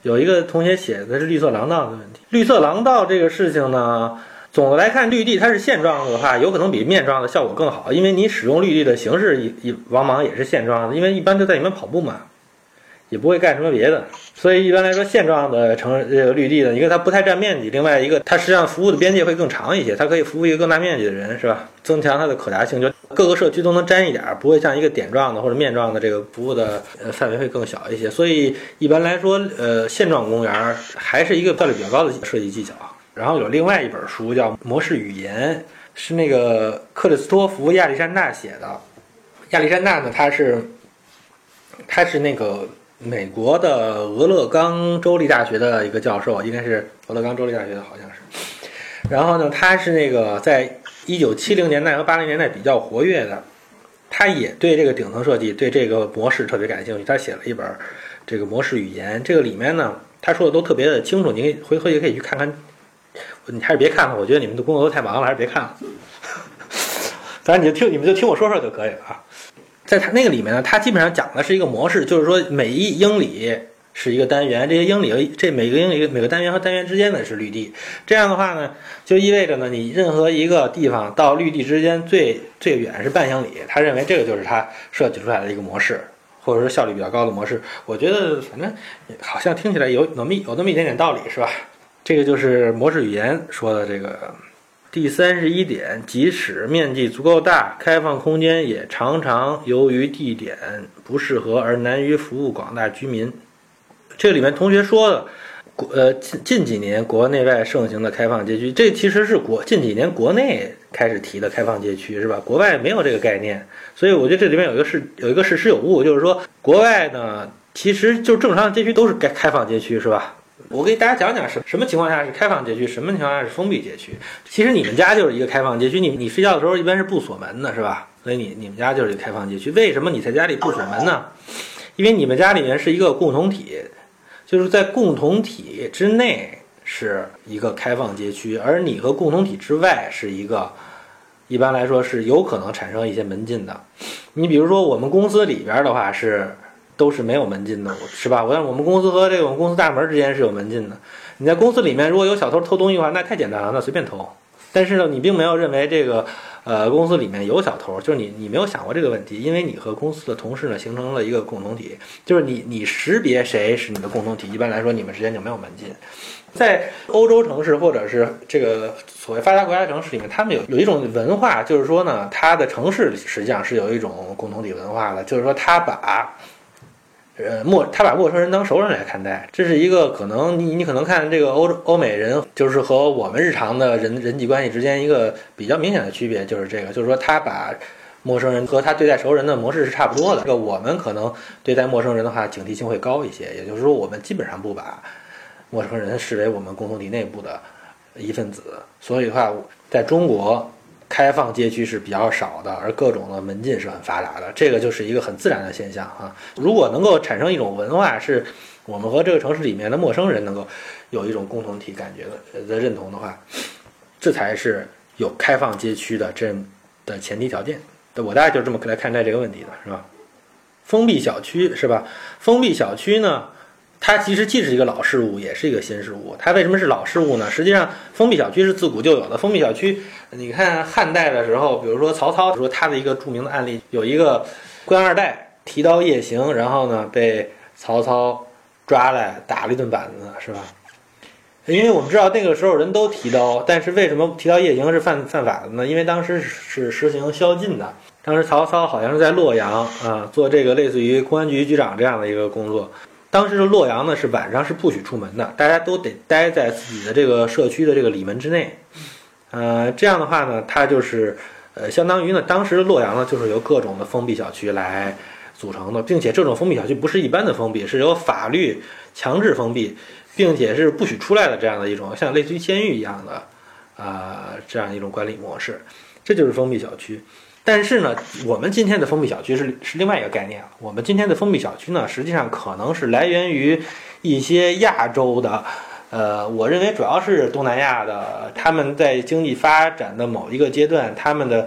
有一个同学写的是绿色廊道的问题。绿色廊道这个事情呢，总的来看，绿地它是线状的话，有可能比面状的效果更好，因为你使用绿地的形式往往也是线状的，因为一般就在里面跑步嘛，也不会干什么别的。所以一般来说，线状的这个绿地呢，一个它不太占面积，另外一个它实际上服务的边界会更长一些，它可以服务一个更大面积的人，是吧？增强它的可达性，就各个社区都能沾一点，不会像一个点状的或者面状的这个服务的范围会更小一些。所以一般来说，线状公园还是一个效率比较高的设计技巧。然后有另外一本书叫《模式语言》，是那个克里斯托弗·亚历山大写的。亚历山大呢，他是那个美国的俄勒冈州立大学的一个教授，应该是俄勒冈州立大学的，好像是。然后呢，他是那个在1970年代和80年代比较活跃的，他也对这个顶层设计、对这个模式特别感兴趣。他写了一本这个模式语言，这个里面呢，他说的都特别的清楚，你回头也可以去看看。你还是别看了，我觉得你们的工作都太忙了，还是别看了。反正你们就听我说说就可以了啊。在他那个里面呢，他基本上讲的是一个模式，就是说每一英里是一个单元，这些英里每个英里每个单元和单元之间的是绿地。这样的话呢，就意味着呢，你任何一个地方到绿地之间最远是半英里，他认为这个就是他设计出来的一个模式，或者说效率比较高的模式。我觉得反正好像听起来有那么一点点道理，是吧？这个就是模式语言说的这个。第31点，即使面积足够大，开放空间也常常由于地点不适合而难于服务广大居民。这里面同学说的，近几年国内外盛行的开放街区，这其实是近几年国内开始提的开放街区，是吧？国外没有这个概念，所以我觉得这里面有一个事实有误，就是说国外呢，其实就正常的街区都是开放街区，是吧？我给大家讲讲什么情况下是开放街区，什么情况下是封闭街区。其实你们家就是一个开放街区，你睡觉的时候一般是不锁门的，是吧？所以你们家就是一个开放街区。为什么你在家里不锁门呢？因为你们家里面是一个共同体，就是在共同体之内是一个开放街区，而你和共同体之外是一个，一般来说是有可能产生一些门禁的。你比如说我们公司里边的话都是没有门禁的，是吧？我们公司和我们公司大门之间是有门禁的。你在公司里面如果有小偷偷东西的话，那太简单了，那随便偷。但是呢，你并没有认为这个公司里面有小偷，就是你没有想过这个问题，因为你和公司的同事呢形成了一个共同体，就是你识别谁是你的共同体，一般来说你们之间就没有门禁。在欧洲城市或者是这个所谓发达国家城市里面，他们有一种文化，就是说呢，它的城市实际上是有一种共同体文化的，就是说他把陌生人当熟人来看待，这是一个可能你可能看这个欧美人，就是和我们日常的人际关系之间一个比较明显的区别，就是这个，就是说他把陌生人和他对待熟人的模式是差不多的。这个我们可能对待陌生人的话警惕性会高一些，也就是说我们基本上不把陌生人视为我们共同体内部的一份子，所以的话，在中国开放街区是比较少的，而各种的门禁是很发达的，这个就是一个很自然的现象啊。如果能够产生一种文化，是我们和这个城市里面的陌生人能够有一种共同体感觉的认同的话，这才是有开放街区的前提条件。我大概就这么来看待这个问题的，是吧？封闭小区是吧？封闭小区呢，它其实既是一个老事物，也是一个新事物。它为什么是老事物呢？实际上，封闭小区是自古就有的。封闭小区，你看汉代的时候，比如说曹操说他的一个著名的案例，有一个官二代提刀夜行，然后呢被曹操抓来打了一顿板子，是吧？因为我们知道那个时候人都提刀，但是为什么提刀夜行是犯法的呢？因为当时是实行宵禁的。当时曹操好像是在洛阳做这个类似于公安局局长这样的一个工作。当时的洛阳呢是晚上是不许出门的，大家都得待在自己的这个社区的这个里门之内。这样的话呢，它就是相当于呢，当时的洛阳呢就是由各种的封闭小区来组成的，并且这种封闭小区不是一般的封闭，是由法律强制封闭，并且是不许出来的这样的一种像类似于监狱一样的这样一种管理模式，这就是封闭小区。但是呢，我们今天的封闭小区是另外一个概念了。我们今天的封闭小区呢，实际上可能是来源于一些亚洲的，我认为主要是东南亚的，他们在经济发展的某一个阶段，他们的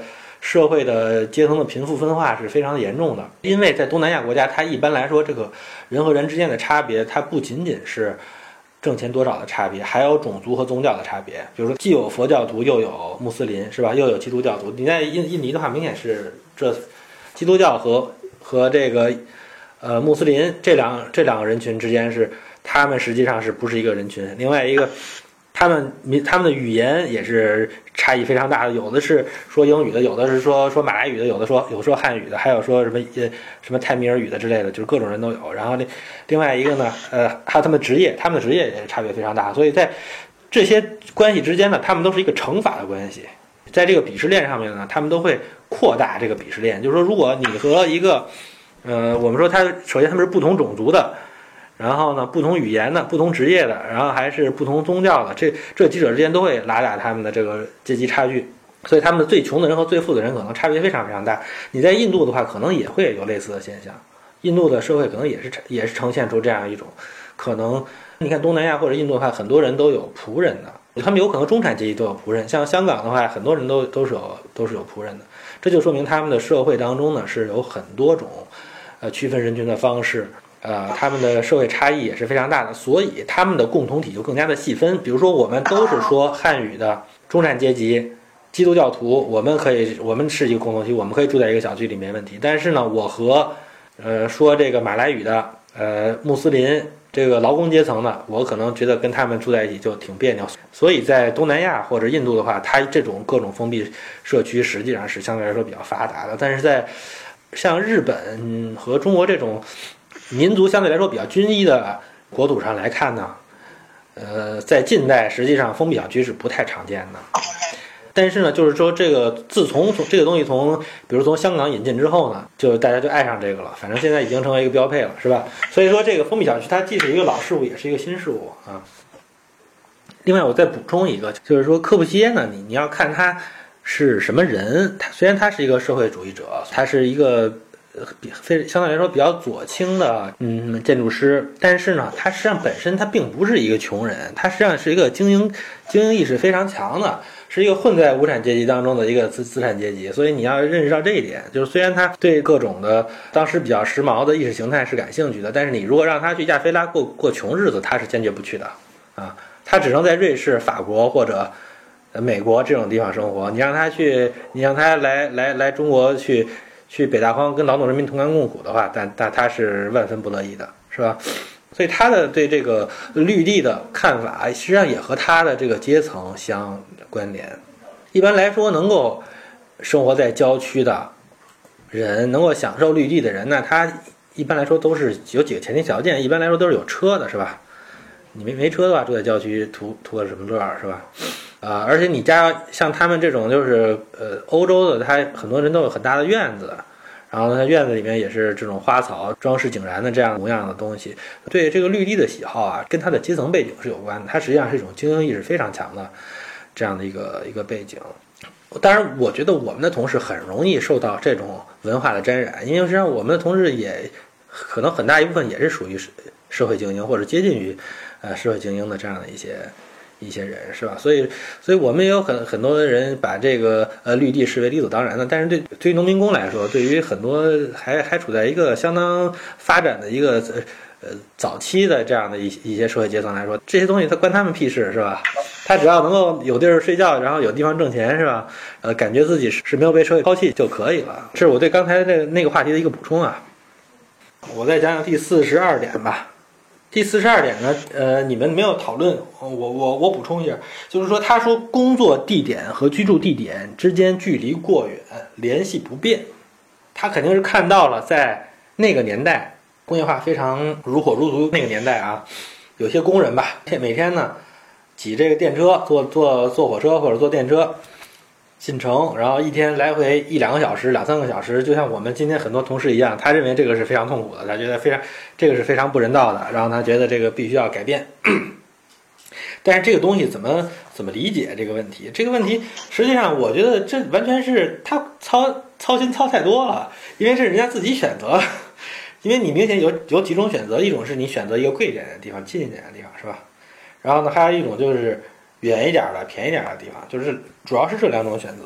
社会的阶层的贫富分化是非常的严重的。因为在东南亚国家，它一般来说这个人和人之间的差别，它不仅仅是挣钱多少的差别，还有种族和宗教的差别。比如说，既有佛教徒，又有穆斯林，是吧？又有基督教徒。你在印尼的话，明显是这基督教和这个穆斯林这两个人群之间他们实际上是不是一个人群？另外一个，他们的语言也是差异非常大的，有的是说英语的，有的是说马来语的，有的说汉语的，还有说什么泰米尔语的之类的，就是各种人都有。然后另外一个呢，还有他们的职业也差别非常大，所以在这些关系之间呢，他们都是一个乘法的关系。在这个鄙视链上面呢，他们都会扩大这个鄙视链，就是说，如果你和一个我们说首先他们是不同种族的，然后呢不同语言的，不同职业的，然后还是不同宗教的，这几者之间都会拉大他们的这个阶级差距，所以他们的最穷的人和最富的人可能差别非常非常大。你在印度的话，可能也会有类似的现象，印度的社会可能也是呈现出这样一种可能。你看东南亚或者印度的话，很多人都有仆人的，他们有可能中产阶级都有仆人，像香港的话，很多人都是有仆人的，这就说明他们的社会当中呢是有很多种区分人群的方式，他们的社会差异也是非常大的，所以他们的共同体就更加的细分。比如说，我们都是说汉语的中产阶级、基督教徒，我们是一个共同体，我们可以住在一个小区里没问题。但是呢，我和说这个马来语的穆斯林这个劳工阶层呢，我可能觉得跟他们住在一起就挺别扭。所以在东南亚或者印度的话，它这种各种封闭社区实际上是相对来说比较发达的。但是在像日本和中国这种民族相对来说比较均一的国土上来看呢，在近代实际上封闭小区是不太常见的。但是呢，就是说自从这个东西比如从香港引进之后呢，就大家就爱上这个了，反正现在已经成为一个标配了，是吧？所以说这个封闭小区它既是一个老事物，也是一个新事物啊。另外我再补充一个，就是说柯布西耶呢，你要看他是什么人，虽然他是一个社会主义者，他是一个相对来说比较左倾的建筑师，但是呢，他实际上本身他并不是一个穷人，他实际上是一个经营意识非常强的，是一个混在无产阶级当中的一个资产阶级。所以你要认识到这一点，就是虽然他对各种的当时比较时髦的意识形态是感兴趣的，但是你如果让他去亚非拉过穷日子，他是坚决不去的啊，他只能在瑞士、法国或者美国这种地方生活。你让他来中国去北大荒跟劳动人民同甘共苦的话，但他是万分不乐意的，是吧？所以他的对这个绿地的看法，实际上也和他的这个阶层相关联。一般来说，能够生活在郊区的人，能够享受绿地的人呢，他一般来说都是有几个前提条件，一般来说都是有车的，是吧？你没车的话，住在郊区图个什么乐，是吧？而且你家像他们这种就是欧洲的，他很多人都有很大的院子，然后他院子里面也是这种花草装饰井然的这样模样的东西。对这个绿地的喜好啊，跟他的阶层背景是有关的，他实际上是一种经营意识非常强的这样的一个背景。当然我觉得我们的同事很容易受到这种文化的沾染，因为实际上我们的同事也可能很大一部分也是属于社会精英或者接近于社会精英的这样的一些人，是吧？所以我们也有很多人把这个绿地视为理所当然的。但是对于农民工来说，对于很多还处在一个相当发展的一个早期的这样的一些社会阶层来说，这些东西它关他们屁事，是吧？他只要能够有地儿睡觉，然后有地方挣钱，是吧？感觉自己是没有被社会抛弃就可以了。这是我对刚才那个话题的一个补充啊。我再讲讲第42点吧。第42点呢，你们没有讨论，我补充一下，就是说他说工作地点和居住地点之间距离过远，联系不便。他肯定是看到了在那个年代工业化非常如火如荼那个年代啊，有些工人吧，每天呢挤这个电车，坐火车或者坐电车进城，然后一天来回1-2个小时、2-3个小时，就像我们今天很多同事一样，他认为这个是非常痛苦的，他觉得这个是非常不人道的，然后他觉得这个必须要改变。但是这个东西怎么理解这个问题？这个问题实际上我觉得这完全是他操心操太多了，因为是人家自己选择。因为你明显有几种选择，一种是你选择一个贵一点的地方、近一点的地方，是吧？然后呢，还有一种就是远一点的、便宜点的地方，就是主要是这2种选择。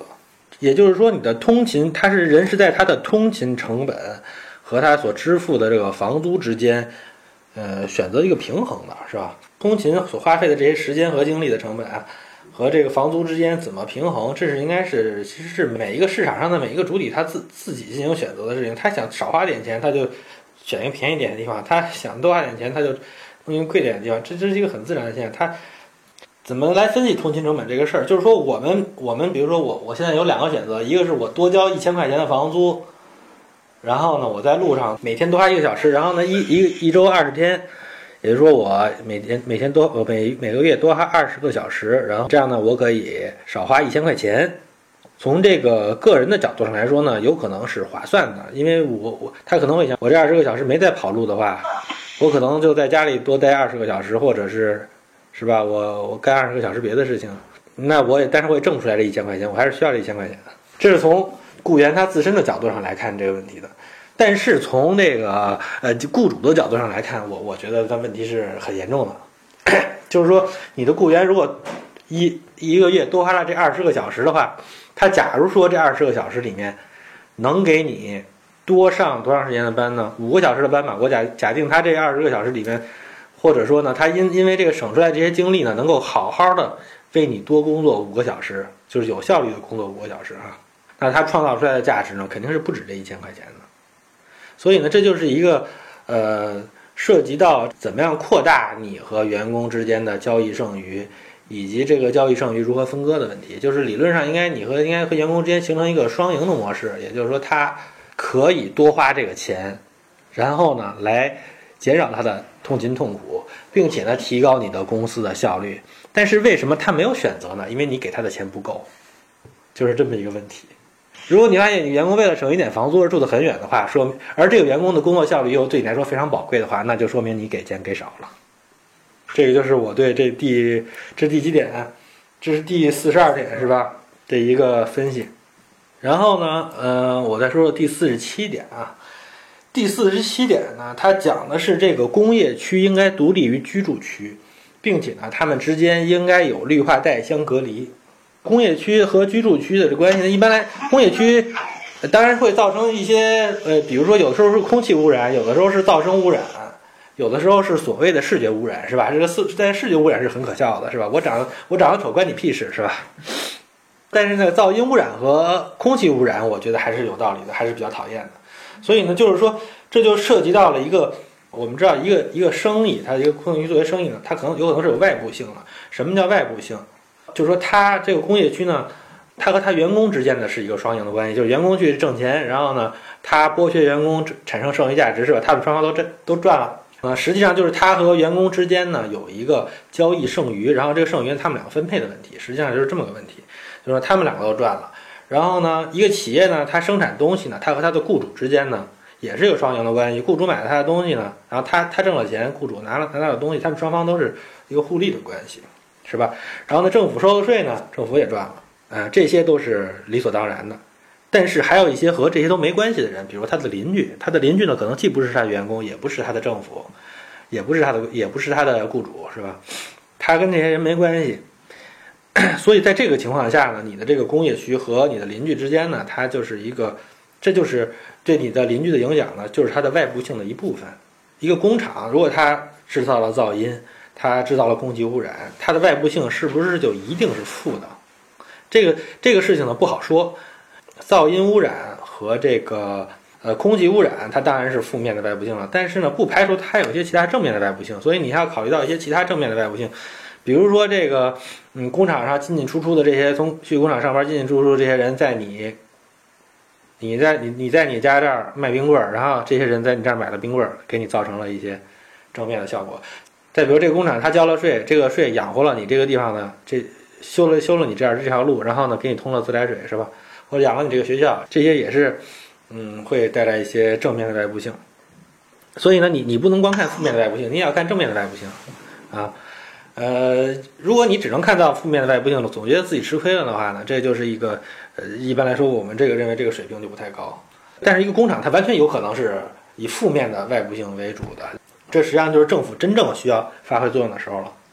也就是说你的通勤，人是在他的通勤成本和他所支付的这个房租之间，选择一个平衡的，是吧？通勤所花费的这些时间和精力的成本啊，和这个房租之间怎么平衡，这是应该是其实是每一个市场上的每一个主体他自己进行选择的事情。他想少花点钱，他就选一个便宜点的地方；他想多花点钱，他就弄一个贵点的地方。这是一个很自然的现象。他怎么来分析通勤成本这个事儿？就是说我们比如说我现在有2个选择，一个是我多交1000块钱的房租，然后呢我在路上每天多花1个小时，然后呢一周20天。也就是说，我每个月多花20个小时，然后这样呢，我可以少花1000块钱。从这个个人的角度上来说呢，有可能是划算的，因为他可能会想，我这20个小时没在跑路的话，我可能就在家里多待20个小时，或者是吧，我干20个小时别的事情，那但是我也挣不出来这1000块钱，我还是需要这1000块钱的。这是从雇员他自身的角度上来看这个问题的。但是从这个雇主的角度上来看，我觉得它问题是很严重的。就是说，你的雇员如果一个月多花了这20个小时的话，他假如说这20个小时里面能给你多上多长时间的班呢？5个小时的班吧。我假定他这20个小时里面，或者说呢，他因为这个省出来这些精力呢，能够好好的为你多工作5个小时，就是有效率的工作5个小时啊。那他创造出来的价值呢，肯定是不止这1000块钱的。所以呢，这就是一个涉及到怎么样扩大你和员工之间的交易剩余，以及这个交易剩余如何分割的问题。就是理论上应该和员工之间形成一个双赢的模式，也就是说他可以多花这个钱，然后呢来减少他的通勤痛苦，并且呢提高你的公司的效率。但是为什么他没有选择呢？因为你给他的钱不够，就是这么一个问题。如果你发现你员工为了省一点房租而住得很远的话，而这个员工的工作效率又对你来说非常宝贵的话，那就说明你给钱给少了。这个就是我对这第几点？这是第42点是吧？这一个分析。然后呢，我再说说第47点啊。第47点呢，它讲的是这个工业区应该独立于居住区，并且呢，它们之间应该有绿化带相隔离。工业区和居住区的这关系呢，一般来工业区当然会造成一些比如说有的时候是空气污染，有的时候是噪声污染，有的时候是所谓的视觉污染，是吧？这个在视觉污染是很可笑的，是吧？我长得丑关你屁事，是吧？但是呢，噪音污染和空气污染，我觉得还是有道理的，还是比较讨厌的。所以呢，就是说这就涉及到了一个我们知道一个生意，它一个工业区作为生意呢，它有可能是有外部性的。什么叫外部性？就是说它这个工业区呢，它和它员工之间的是一个双赢的关系，就是员工去挣钱，然后呢，他剥削员工产生剩余价值，是吧？他们双方都赚了。实际上就是他和员工之间呢有一个交易剩余，然后这个剩余他们两个分配的问题，实际上就是这么个问题，就是说他们两个都赚了。然后呢，一个企业呢，它生产东西呢，它和它的雇主之间呢也是有双赢的关系。雇主买了他的东西呢，然后他挣了钱，雇主拿到的东西，他们双方都是一个互利的关系，是吧？然后呢，政府收的税呢，政府也赚了，这些都是理所当然的。但是还有一些和这些都没关系的人，比如他的邻居，他的邻居呢，可能既不是他的员工，也不是他的政府，也不是他的雇主，是吧？他跟这些人没关系。所以在这个情况下呢，你的这个工业区和你的邻居之间呢，它就是这就是对你的邻居的影响呢，就是它的外部性的一部分。一个工厂如果它制造了噪音，它制造了空气污染，它的外部性是不是就一定是负的？这个事情呢不好说。噪音污染和这个空气污染，它当然是负面的外部性了，但是呢，不排除它还有一些其他正面的外部性，所以你还要考虑到一些其他正面的外部性，比如说这个工厂上进进出出的这些去工厂上班进进出出的这些人，在你在你家这儿卖冰棍儿，然后这些人在你这儿买了冰棍儿，给你造成了一些正面的效果。再比如这个工厂他交了税，这个税养活了你这个地方呢，这修了你这条路，然后呢给你通了自来水，是吧？或者养了你这个学校，这些也是会带来一些正面的外部性。所以呢，你不能光看负面的外部性，你也要看正面的外部性啊。如果你只能看到负面的外部性，总觉得自己吃亏了的话呢，这就是一个一般来说我们认为这个水平就不太高。但是一个工厂它完全有可能是以负面的外部性为主的，这实际上就是政府真正需要发挥作用的时候了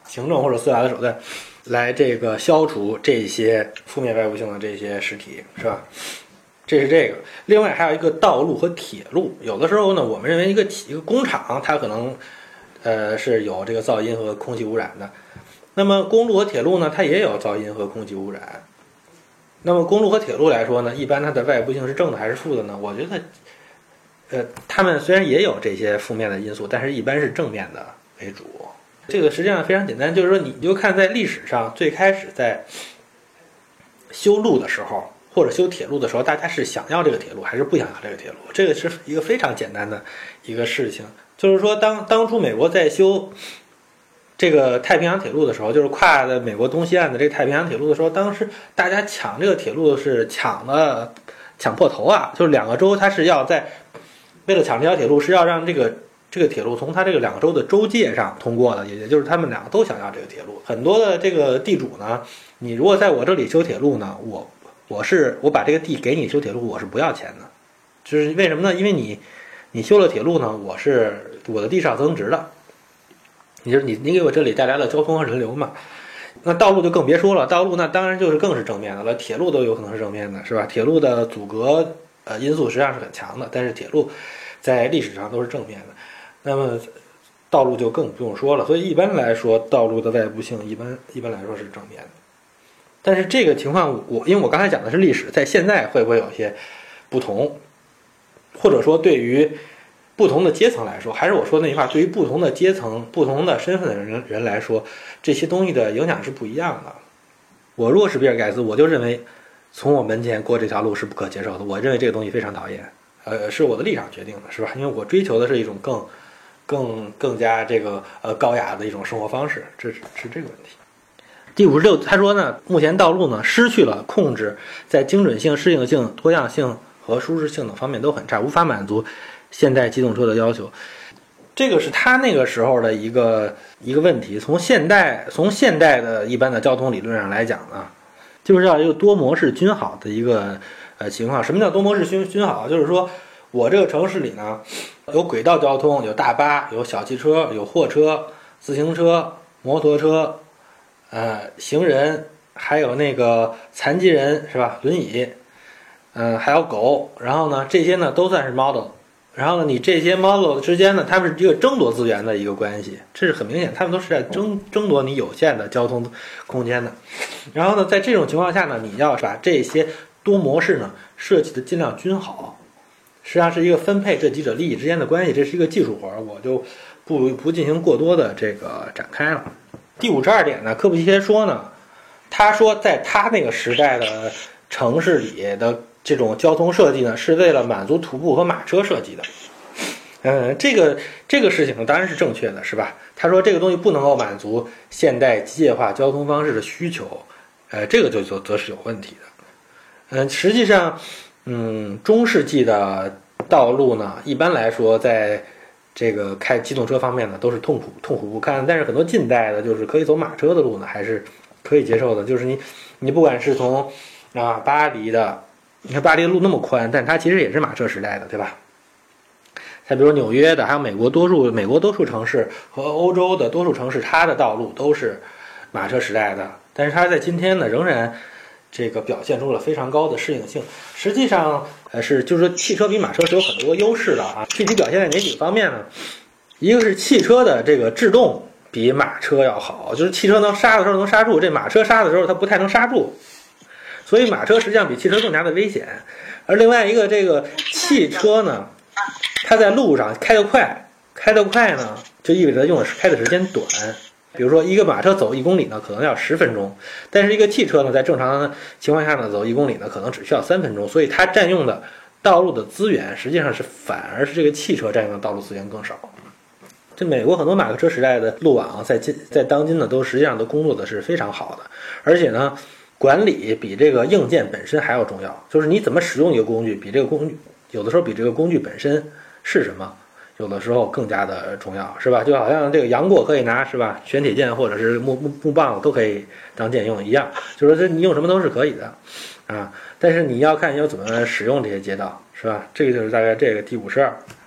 行政或者司法的手段来这个消除这些负面外部性的这些实体，是吧？这是这个。另外还有一个道路和铁路，有的时候呢，我们认为一个工厂它可能是有这个噪音和空气污染的，那么公路和铁路呢，它也有噪音和空气污染。那么公路和铁路来说呢，一般它的外部性是正的还是负的呢？我觉得它们虽然也有这些负面的因素，但是一般是正面的为主。这个实际上非常简单，就是说你就看在历史上最开始在修路的时候或者修铁路的时候，大家是想要这个铁路还是不想要这个铁路？这个是一个非常简单的一个事情。就是说当初美国在修这个太平洋铁路的时候，就是跨的美国东西岸的这个太平洋铁路的时候，当时大家抢这个铁路是抢破头啊！就是两个州它是要为了抢这条铁路，是要让这个铁路从它这个两个州的州界上通过的，也就是他们两个都想要这个铁路。很多的这个地主呢，你如果在我这里修铁路呢，我把这个地给你修铁路，我是不要钱的。就是为什么呢？因为你修了铁路呢，我的地是要增值的。你给我这里带来了交通和人流嘛。那道路就更别说了，道路那当然就是更是正面的了，铁路都有可能是正面的，是吧？铁路的阻隔因素实际上是很强的，但是铁路在历史上都是正面的。那么道路就更不用说了，所以一般来说，道路的外部性一般来说是正面的。但是这个情况，因为我刚才讲的是历史，在现在会不会有些不同？或者说对于不同的阶层来说，还是我说那句话，对于不同的阶层、不同的身份的人来说，这些东西的影响是不一样的。我如果是比尔盖茨，我就认为从我门前过这条路是不可接受的，我认为这个东西非常讨厌。是我的立场决定的，是吧？因为我追求的是一种更加这个高雅的一种生活方式，这是这个问题。第56，他说呢，目前道路呢失去了控制，在精准性、适应性、多样性和舒适性等方面都很差，无法满足现代机动车的要求。这个是他那个时候的一个问题。从现代的一般的交通理论上来讲呢，就是要一个多模式均好的一个情况。什么叫多模式均好？就是说我这个城市里呢，有轨道交通，有大巴，有小汽车，有货车、自行车、摩托车，行人，还有那个残疾人，是吧？轮椅，还有狗。然后呢，这些呢都算是 model。然后呢，你这些 model 之间呢，他们是一个争夺资源的一个关系，这是很明显，他们都是在争夺你有限的交通空间的。然后呢，在这种情况下呢，你要把这些多模式呢设计的尽量均好，实际上是一个分配这几者利益之间的关系，这是一个技术活，我就不进行过多的这个展开了。第52点呢，柯布西耶说呢，他说在他那个时代的城市里的这种交通设计呢，是为了满足徒步和马车设计的。这个事情呢，当然是正确的，是吧？他说这个东西不能够满足现代机械化交通方式的需求，这个则是有问题的。实际上，中世纪的道路呢，一般来说在这个开机动车方面呢，都是痛苦不堪。但是很多近代的，就是可以走马车的路呢，还是可以接受的。就是你不管是从巴黎的。你看巴黎的路那么宽，但它其实也是马车时代的，对吧？再比如纽约的，还有美国多数城市和欧洲的多数城市，它的道路都是马车时代的。但是它在今天呢，仍然这个表现出了非常高的适应性。实际上，就是说汽车比马车是有很多优势的啊。具体表现在哪几个方面呢？一个是汽车的这个制动比马车要好，就是汽车能刹的时候能刹住，这马车刹的时候它不太能刹住。所以马车实际上比汽车更加的危险，而另外一个这个汽车呢，它在路上开得快呢，就意味着开的时间短。比如说一个马车走1公里呢，可能要10分钟，但是一个汽车呢，在正常的情况下呢，走1公里呢，可能只需要3分钟。所以它占用的道路的资源，实际上是反而是这个汽车占用的道路资源更少。这美国很多马车时代的路网，在当今呢，都实际上都工作的是非常好的，而且呢。管理比这个硬件本身还要重要，就是你怎么使用一个工具，有的时候比这个工具本身是什么，有的时候更加的重要，是吧？就好像这个杨过可以拿，是吧？玄铁剑或者是木棒都可以当剑用一样，就是说你用什么都是可以的啊。但是你要看你要怎么使用这些街道，是吧？这个就是大概这个第52。